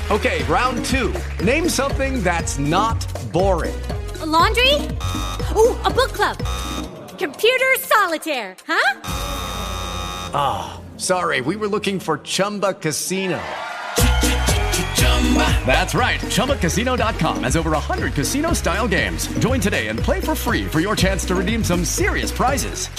Okay, round two. Name something that's not boring. A laundry? Ooh, a book club. Computer solitaire, huh? Ah, sorry, we were looking for Chumba Casino. That's right, ChumbaCasino.com has over 100 casino-style games. Join today and play for free for your chance to redeem some serious prizes.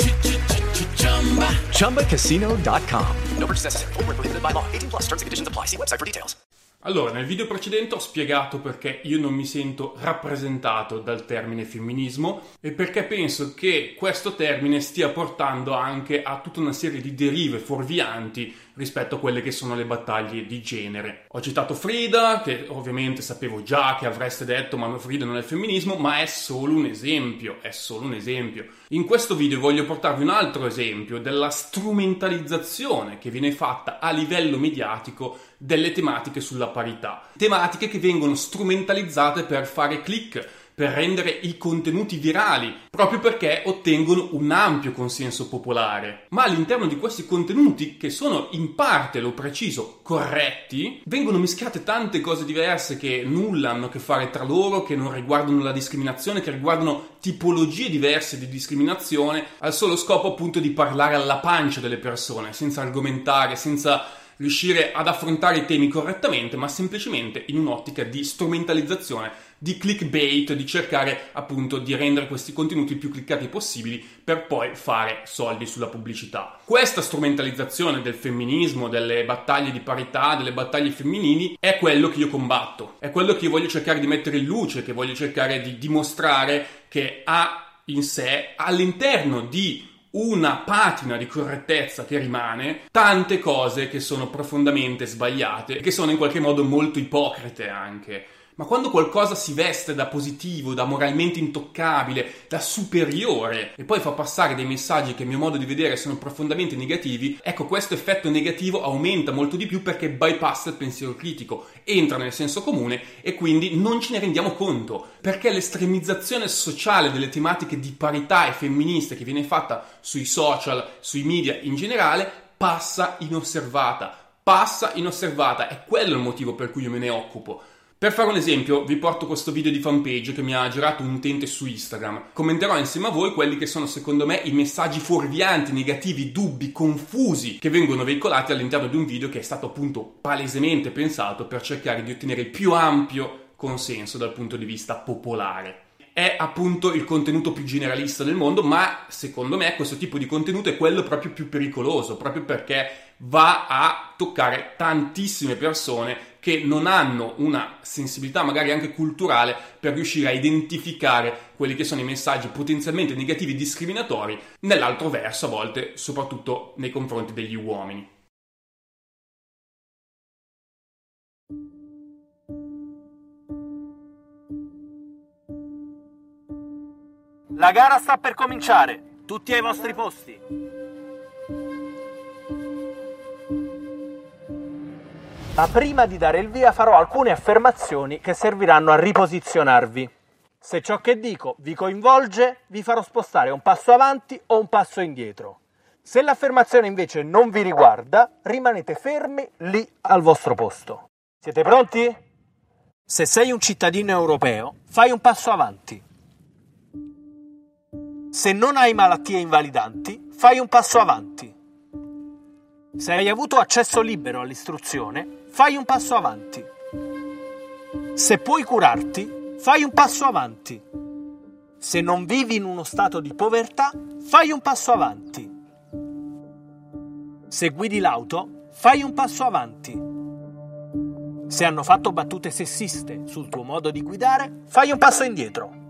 ChumbaCasino.com. No purchase necessary. Void where prohibited by law. 18+ terms and conditions apply. See website for details. Allora, nel video precedente ho spiegato perché io non mi sento rappresentato dal termine femminismo e perché penso che questo termine stia portando anche a tutta una serie di derive fuorvianti rispetto a quelle che sono le battaglie di genere. Ho citato Frida, che ovviamente sapevo già che avreste detto ma Frida non è femminismo, ma è solo un esempio, In questo video voglio portarvi un altro esempio della strumentalizzazione che viene fatta a livello mediatico delle tematiche sulla parità. Tematiche che vengono strumentalizzate per fare click, per rendere i contenuti virali, proprio perché ottengono un ampio consenso popolare. Ma all'interno di questi contenuti, che sono in parte, l'ho preciso, corretti, vengono mischiate tante cose diverse che nulla hanno a che fare tra loro, che non riguardano la discriminazione, che riguardano tipologie diverse di discriminazione, al solo scopo appunto di parlare alla pancia delle persone, senza argomentare, senza riuscire ad affrontare i temi correttamente, ma semplicemente in un'ottica di strumentalizzazione, di clickbait, di cercare appunto di rendere questi contenuti il più cliccati possibili per poi fare soldi sulla pubblicità. Questa strumentalizzazione del femminismo, delle battaglie di parità, delle battaglie femminili, è quello che io combatto, è quello che io voglio cercare di mettere in luce, che voglio cercare di dimostrare che ha in sé, all'interno di una patina di correttezza che rimane, tante cose che sono profondamente sbagliate e che sono in qualche modo molto ipocrite anche. Ma quando qualcosa si veste da positivo, da moralmente intoccabile, da superiore e poi fa passare dei messaggi che a mio modo di vedere sono profondamente negativi, ecco, questo effetto negativo aumenta molto di più perché bypassa il pensiero critico, entra nel senso comune e quindi non ce ne rendiamo conto, perché l'estremizzazione sociale delle tematiche di parità e femministe che viene fatta sui social, sui media in generale, passa inosservata, è quello il motivo per cui io me ne occupo. Per fare un esempio, vi porto questo video di fanpage che mi ha girato un utente su Instagram. Commenterò insieme a voi quelli che sono secondo me i messaggi fuorvianti, negativi, dubbi, confusi che vengono veicolati all'interno di un video che è stato appunto palesemente pensato per cercare di ottenere il più ampio consenso dal punto di vista popolare. È appunto il contenuto più generalista del mondo, ma secondo me questo tipo di contenuto è quello proprio più pericoloso, proprio perché va a toccare tantissime persone che non hanno una sensibilità magari anche culturale per riuscire a identificare quelli che sono i messaggi potenzialmente negativi e discriminatori, nell'altro verso a volte, soprattutto nei confronti degli uomini. La gara sta per cominciare, tutti ai vostri posti. Ma prima di dare il via farò alcune affermazioni che serviranno a riposizionarvi. Se ciò che dico vi coinvolge, vi farò spostare un passo avanti o un passo indietro. Se l'affermazione invece non vi riguarda, rimanete fermi lì al vostro posto. Siete pronti? Se sei un cittadino europeo, fai un passo avanti. Se non hai malattie invalidanti, fai un passo avanti. Se hai avuto accesso libero all'istruzione, fai un passo avanti. Se puoi curarti, fai un passo avanti. Se non vivi in uno stato di povertà, fai un passo avanti. Se guidi l'auto, fai un passo avanti. Se hanno fatto battute sessiste sul tuo modo di guidare, fai un passo indietro.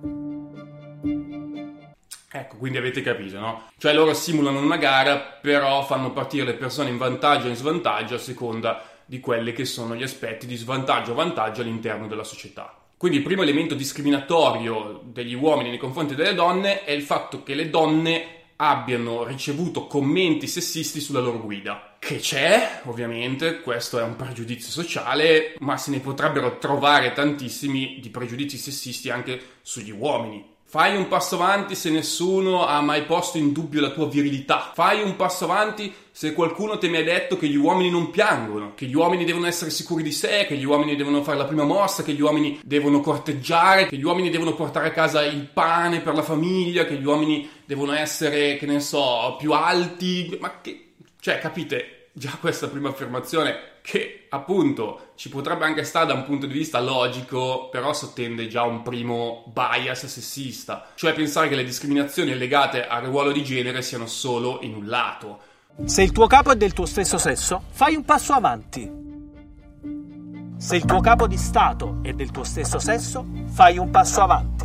Ecco, quindi avete capito, no? Cioè loro simulano una gara, però fanno partire le persone in vantaggio e in svantaggio a seconda di quelli che sono gli aspetti di svantaggio o vantaggio all'interno della società. Quindi il primo elemento discriminatorio degli uomini nei confronti delle donne è il fatto che le donne abbiano ricevuto commenti sessisti sulla loro guida. Che c'è, ovviamente, questo è un pregiudizio sociale, ma se ne potrebbero trovare tantissimi di pregiudizi sessisti anche sugli uomini. Fai un passo avanti se nessuno ha mai posto in dubbio la tua virilità. Fai un passo avanti se qualcuno ti ha detto che gli uomini non piangono, che gli uomini devono essere sicuri di sé, che gli uomini devono fare la prima mossa, che gli uomini devono corteggiare, che gli uomini devono portare a casa il pane per la famiglia, che gli uomini devono essere, che ne so, più alti. Ma che... Cioè, capite? Già questa prima affermazione, che appunto ci potrebbe anche stare da un punto di vista logico, però sottende già un primo bias sessista, cioè pensare che le discriminazioni legate al ruolo di genere siano solo in un lato. Se il tuo capo è del tuo stesso sesso, fai un passo avanti. Se il tuo capo di stato è del tuo stesso sesso, fai un passo avanti.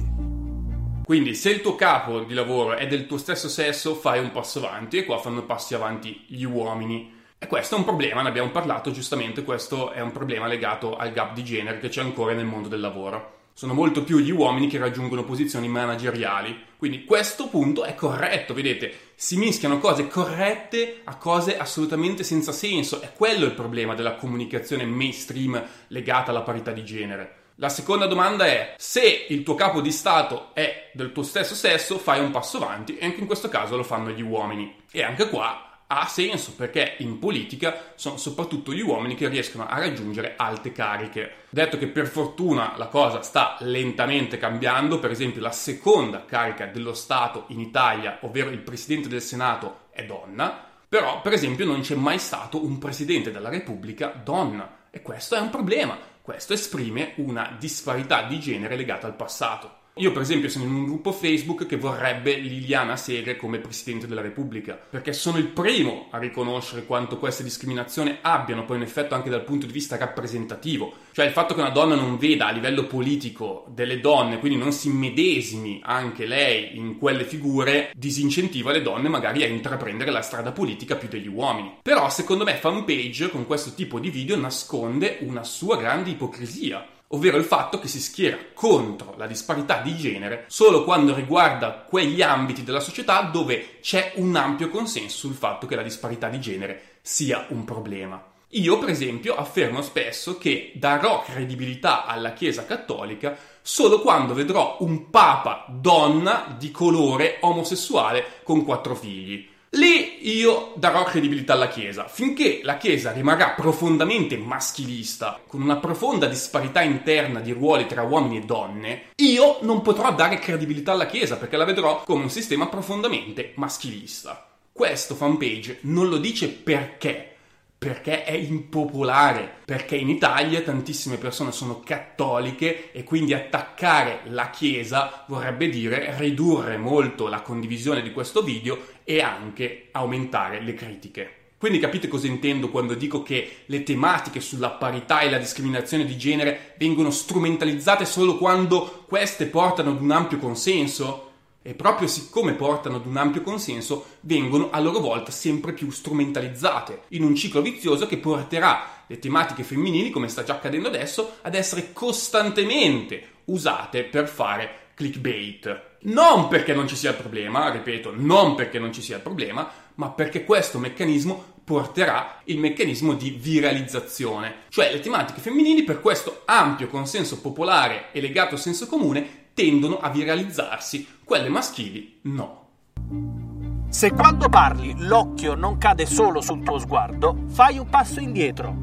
Quindi se il tuo capo di lavoro è del tuo stesso sesso, fai un passo avanti, e qua fanno passi avanti gli uomini. E questo è un problema, ne abbiamo parlato giustamente, questo è un problema legato al gap di genere che c'è ancora nel mondo del lavoro. Sono molto più gli uomini che raggiungono posizioni manageriali, quindi questo punto è corretto, vedete, si mischiano cose corrette a cose assolutamente senza senso, è quello il problema della comunicazione mainstream legata alla parità di genere. La seconda domanda è: se il tuo capo di stato è del tuo stesso sesso, fai un passo avanti, e anche in questo caso lo fanno gli uomini. E anche qua ha senso, perché in politica sono soprattutto gli uomini che riescono a raggiungere alte cariche. Detto che per fortuna la cosa sta lentamente cambiando, per esempio la seconda carica dello Stato in Italia, ovvero il Presidente del Senato, è donna, però per esempio non c'è mai stato un Presidente della Repubblica donna, e questo è un problema. Questo esprime una disparità di genere legata al passato. Io per esempio sono in un gruppo Facebook che vorrebbe Liliana Segre come Presidente della Repubblica, perché sono il primo a riconoscere quanto queste discriminazioni abbiano poi un effetto anche dal punto di vista rappresentativo. Cioè il fatto che una donna non veda a livello politico delle donne, quindi non si immedesimi anche lei in quelle figure, disincentiva le donne magari a intraprendere la strada politica più degli uomini. Però secondo me Fanpage con questo tipo di video nasconde una sua grande ipocrisia, ovvero il fatto che si schiera contro la disparità di genere solo quando riguarda quegli ambiti della società dove c'è un ampio consenso sul fatto che la disparità di genere sia un problema. Io, per esempio, affermo spesso che darò credibilità alla Chiesa Cattolica solo quando vedrò un papa donna di colore omosessuale con 4 figli. Lì io darò credibilità alla Chiesa. Finché la Chiesa rimarrà profondamente maschilista, con una profonda disparità interna di ruoli tra uomini e donne, io non potrò dare credibilità alla Chiesa, perché la vedrò come un sistema profondamente maschilista. Questo Fanpage non lo dice perché è impopolare, perché in Italia tantissime persone sono cattoliche e quindi attaccare la Chiesa vorrebbe dire ridurre molto la condivisione di questo video e anche aumentare le critiche. Quindi capite cosa intendo quando dico che le tematiche sulla parità e la discriminazione di genere vengono strumentalizzate solo quando queste portano ad un ampio consenso? E proprio siccome portano ad un ampio consenso, vengono a loro volta sempre più strumentalizzate, in un ciclo vizioso che porterà le tematiche femminili, come sta già accadendo adesso, ad essere costantemente usate per fare clickbait. Non perché non ci sia il problema, ripeto, non perché non ci sia il problema, ma perché questo meccanismo porterà il meccanismo di viralizzazione. Cioè le tematiche femminili, per questo ampio consenso popolare e legato al senso comune, tendono a viralizzarsi, quelle maschili no. Se quando parli l'occhio non cade solo sul tuo sguardo, fai un passo indietro.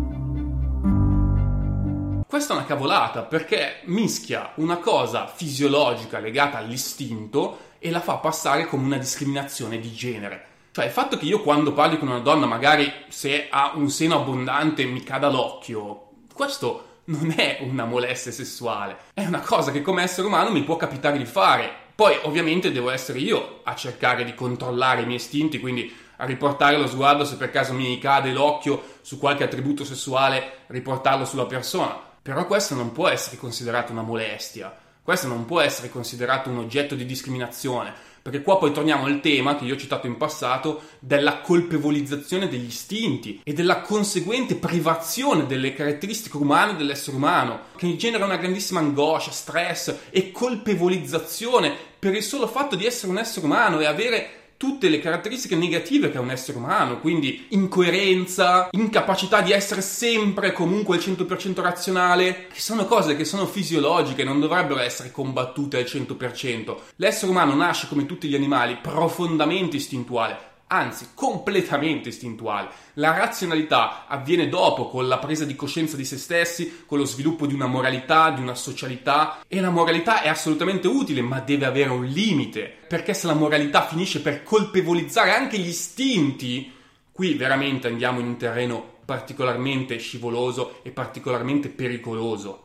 Questa è una cavolata, perché mischia una cosa fisiologica legata all'istinto e la fa passare come una discriminazione di genere. Cioè il fatto che io quando parli con una donna, magari se ha un seno abbondante mi cada l'occhio, questo non è una molestia sessuale, è una cosa che come essere umano mi può capitare di fare. Poi ovviamente devo essere io a cercare di controllare i miei istinti, quindi a riportare lo sguardo, se per caso mi cade l'occhio su qualche attributo sessuale, riportarlo sulla persona. Però questo non può essere considerato una molestia, questo non può essere considerato un oggetto di discriminazione, perché qua poi torniamo al tema che io ho citato in passato della colpevolizzazione degli istinti e della conseguente privazione delle caratteristiche umane dell'essere umano, che genera una grandissima angoscia, stress e colpevolizzazione per il solo fatto di essere un essere umano e avere tutte le caratteristiche negative che ha un essere umano, quindi incoerenza, incapacità di essere sempre comunque al 100% razionale, che sono cose che sono fisiologiche, non dovrebbero essere combattute al 100%. L'essere umano nasce come tutti gli animali profondamente istintuale, anzi completamente istintuale. La razionalità avviene dopo, con la presa di coscienza di se stessi, con lo sviluppo di una moralità, di una socialità, e la moralità è assolutamente utile, ma deve avere un limite, perché se la moralità finisce per colpevolizzare anche gli istinti, qui veramente andiamo in un terreno particolarmente scivoloso e particolarmente pericoloso.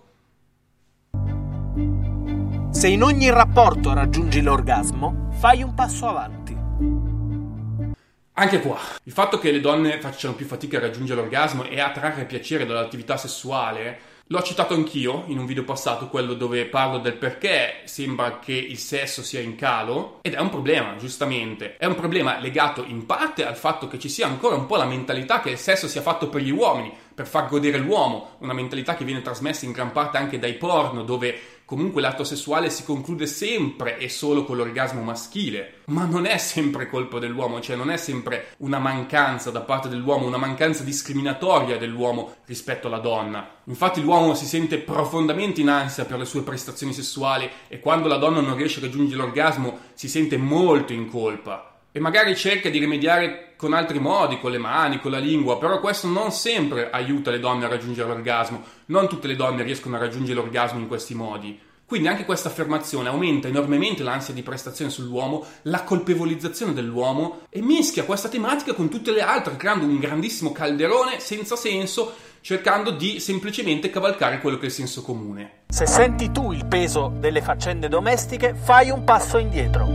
Se in ogni rapporto raggiungi l'orgasmo, fai un passo avanti. Anche qua, il fatto che le donne facciano più fatica a raggiungere l'orgasmo e a trarre piacere dall'attività sessuale, l'ho citato anch'io in un video passato, quello dove parlo del perché sembra che il sesso sia in calo, ed è un problema, giustamente. È un problema legato in parte al fatto che ci sia ancora un po' la mentalità che il sesso sia fatto per gli uomini, per far godere l'uomo, una mentalità che viene trasmessa in gran parte anche dai porno, dove comunque l'atto sessuale si conclude sempre e solo con l'orgasmo maschile. Ma non è sempre colpa dell'uomo, cioè non è sempre una mancanza da parte dell'uomo, una mancanza discriminatoria dell'uomo rispetto alla donna. Infatti l'uomo si sente profondamente in ansia per le sue prestazioni sessuali e quando la donna non riesce a raggiungere l'orgasmo si sente molto in colpa. E magari cerca di rimediare con altri modi, con le mani, con la lingua, però questo non sempre aiuta le donne a raggiungere l'orgasmo. Non tutte le donne riescono a raggiungere l'orgasmo in questi modi. Quindi anche questa affermazione aumenta enormemente l'ansia di prestazione sull'uomo, la colpevolizzazione dell'uomo e mischia questa tematica con tutte le altre, creando un grandissimo calderone senza senso, cercando di semplicemente cavalcare quello che è il senso comune. Se senti tu il peso delle faccende domestiche, fai un passo indietro.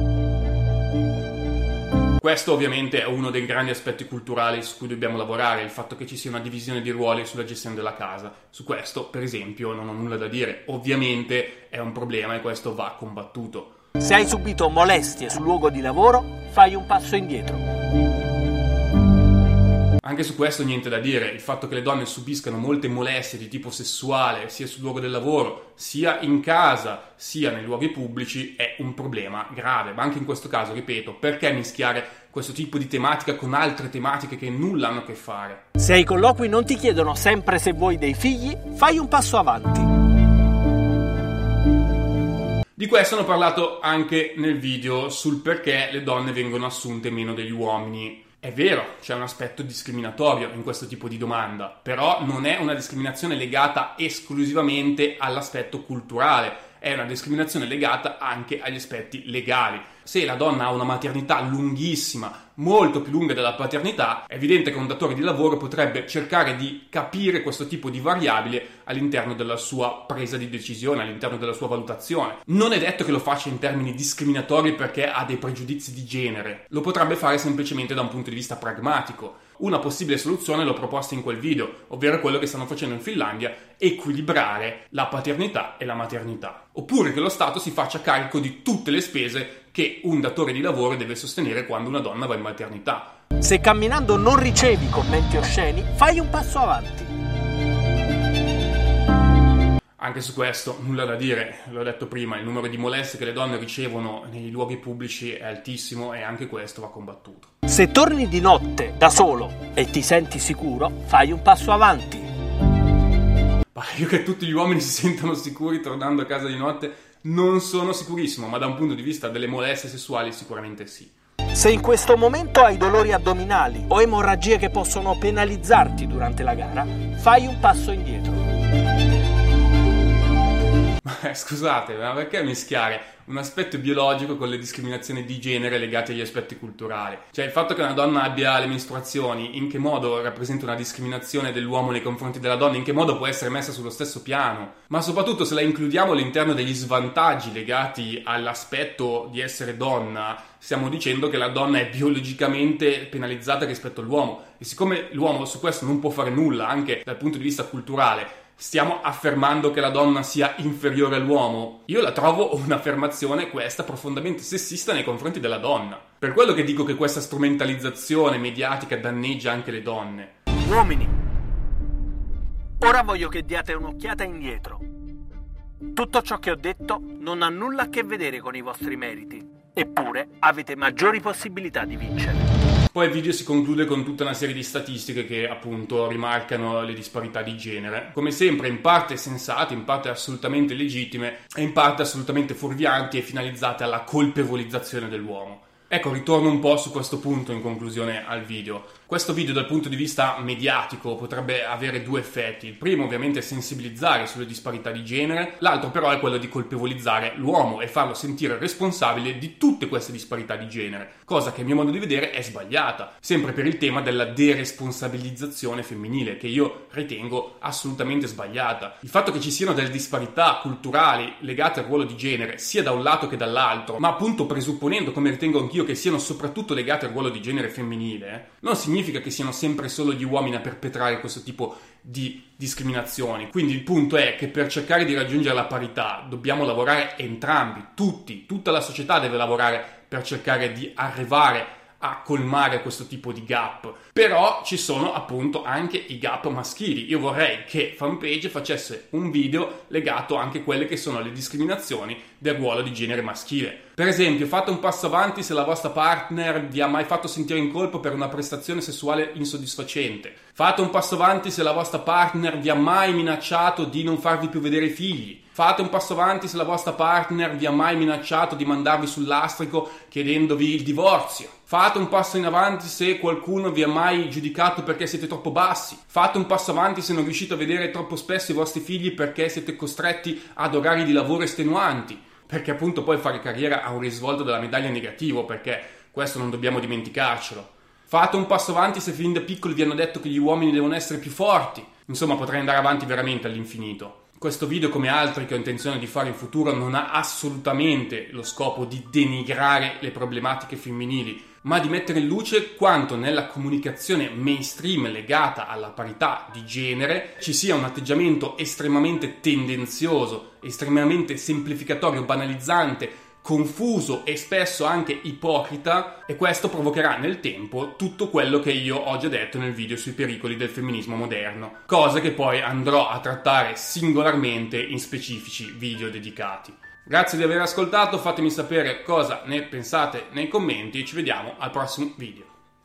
Questo ovviamente è uno dei grandi aspetti culturali su cui dobbiamo lavorare, il fatto che ci sia una divisione di ruoli sulla gestione della casa. Su questo, per esempio, non ho nulla da dire. Ovviamente è un problema e questo va combattuto. Se hai subito molestie sul luogo di lavoro, fai un passo indietro. Anche su questo niente da dire, il fatto che le donne subiscano molte molestie di tipo sessuale sia sul luogo del lavoro, sia in casa, sia nei luoghi pubblici è un problema grave, ma anche in questo caso, ripeto, perché mischiare questo tipo di tematica con altre tematiche che nulla hanno a che fare? Se ai colloqui non ti chiedono sempre se vuoi dei figli, fai un passo avanti. Di questo hanno parlato anche nel video sul perché le donne vengono assunte meno degli uomini. È vero, c'è un aspetto discriminatorio in questo tipo di domanda, però non è una discriminazione legata esclusivamente all'aspetto culturale, è una discriminazione legata anche agli aspetti legali. Se la donna ha una maternità lunghissima, molto più lunga della paternità, è evidente che un datore di lavoro potrebbe cercare di capire questo tipo di variabile all'interno della sua presa di decisione, all'interno della sua valutazione. Non è detto che lo faccia in termini discriminatori perché ha dei pregiudizi di genere, lo potrebbe fare semplicemente da un punto di vista pragmatico. Una possibile soluzione l'ho proposta in quel video, ovvero quello che stanno facendo in Finlandia, equilibrare la paternità e la maternità. Oppure che lo Stato si faccia carico di tutte le spese che un datore di lavoro deve sostenere quando una donna va in maternità. Se camminando non ricevi commenti osceni, fai un passo avanti. Anche su questo nulla da dire, l'ho detto prima, il numero di molestie che le donne ricevono nei luoghi pubblici è altissimo e anche questo va combattuto. Se torni di notte da solo e ti senti sicuro, fai un passo avanti. Ma io che tutti gli uomini si sentano sicuri tornando a casa di notte non sono sicurissimo, ma da un punto di vista delle molestie sessuali sicuramente sì. Se in questo momento hai dolori addominali o emorragie che possono penalizzarti durante la gara, fai un passo indietro. Scusate, ma perché mischiare un aspetto biologico con le discriminazioni di genere legate agli aspetti culturali? Cioè il fatto che una donna abbia le mestruazioni, in che modo rappresenta una discriminazione dell'uomo nei confronti della donna? In che modo può essere messa sullo stesso piano? Ma soprattutto se la includiamo all'interno degli svantaggi legati all'aspetto di essere donna, stiamo dicendo che la donna è biologicamente penalizzata rispetto all'uomo. E siccome l'uomo su questo non può fare nulla, anche dal punto di vista culturale, stiamo affermando che la donna sia inferiore all'uomo? Io la trovo un'affermazione questa profondamente sessista nei confronti della donna. Per quello che dico che questa strumentalizzazione mediatica danneggia anche le donne. Uomini, ora voglio che diate un'occhiata indietro. Tutto ciò che ho detto non ha nulla a che vedere con i vostri meriti. Eppure avete maggiori possibilità di vincere. Poi il video si conclude con tutta una serie di statistiche che appunto rimarcano le disparità di genere, come sempre in parte sensate, in parte assolutamente legittime e in parte assolutamente fuorvianti e finalizzate alla colpevolizzazione dell'uomo. Ecco, ritorno un po' su questo punto in conclusione al video. Questo video dal punto di vista mediatico potrebbe avere due effetti. Il primo ovviamente è sensibilizzare sulle disparità di genere, l'altro però è quello di colpevolizzare l'uomo e farlo sentire responsabile di tutte queste disparità di genere, cosa che a mio modo di vedere è sbagliata, sempre per il tema della deresponsabilizzazione femminile, che io ritengo assolutamente sbagliata. Il fatto che ci siano delle disparità culturali legate al ruolo di genere sia da un lato che dall'altro, ma appunto presupponendo, come ritengo anch'io, che siano soprattutto legate al ruolo di genere femminile, non significa che siano sempre solo gli uomini a perpetrare questo tipo di discriminazioni. Quindi il punto è che per cercare di raggiungere la parità dobbiamo lavorare entrambi, tutti, tutta la società deve lavorare per cercare di arrivare a colmare questo tipo di gap. Però ci sono appunto anche i gap maschili. Io vorrei che Fanpage facesse un video legato anche a quelle che sono le discriminazioni del ruolo di genere maschile. Per esempio, fate un passo avanti se la vostra partner vi ha mai fatto sentire in colpa per una prestazione sessuale insoddisfacente. Fate un passo avanti se la vostra partner vi ha mai minacciato di non farvi più vedere i figli. Fate un passo avanti se la vostra partner vi ha mai minacciato di mandarvi sul lastrico chiedendovi il divorzio. Fate un passo in avanti se qualcuno vi ha mai giudicato perché siete troppo bassi. Fate un passo avanti se non riuscite a vedere troppo spesso i vostri figli perché siete costretti ad orari di lavoro estenuanti. Perché appunto poi fare carriera ha un risvolto della medaglia negativo, perché questo non dobbiamo dimenticarcelo. Fate un passo avanti se fin da piccoli vi hanno detto che gli uomini devono essere più forti. Insomma, potrei andare avanti veramente all'infinito. Questo video, come altri che ho intenzione di fare in futuro, non ha assolutamente lo scopo di denigrare le problematiche femminili, ma di mettere in luce quanto nella comunicazione mainstream legata alla parità di genere ci sia un atteggiamento estremamente tendenzioso, estremamente semplificatorio, banalizzante, confuso e spesso anche ipocrita, e questo provocherà nel tempo tutto quello che io ho già detto nel video sui pericoli del femminismo moderno, cose che poi andrò a trattare singolarmente in specifici video dedicati. Grazie di aver ascoltato, fatemi sapere cosa ne pensate nei commenti e ci vediamo al prossimo video.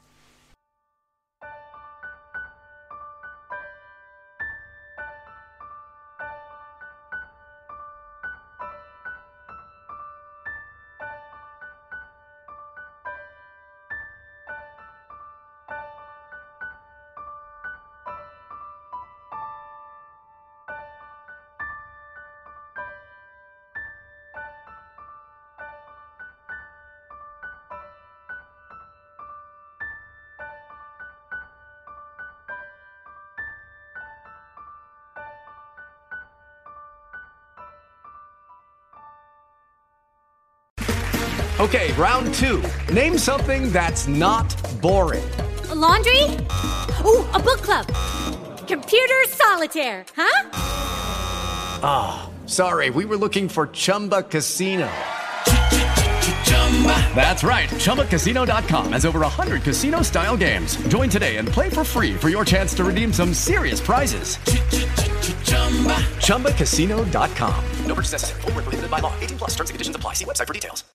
Okay, round two. Name something that's not boring. A laundry? Ooh, a book club. Computer solitaire, huh? Sorry, we were looking for Chumba Casino. That's right. ChumbaCasino.com has over 100 casino-style games. Join today and play for free for your chance to redeem some serious prizes. ChumbaCasino.com. No purchase necessary. Void where prohibited by law. 18+ terms and conditions apply. See website for details.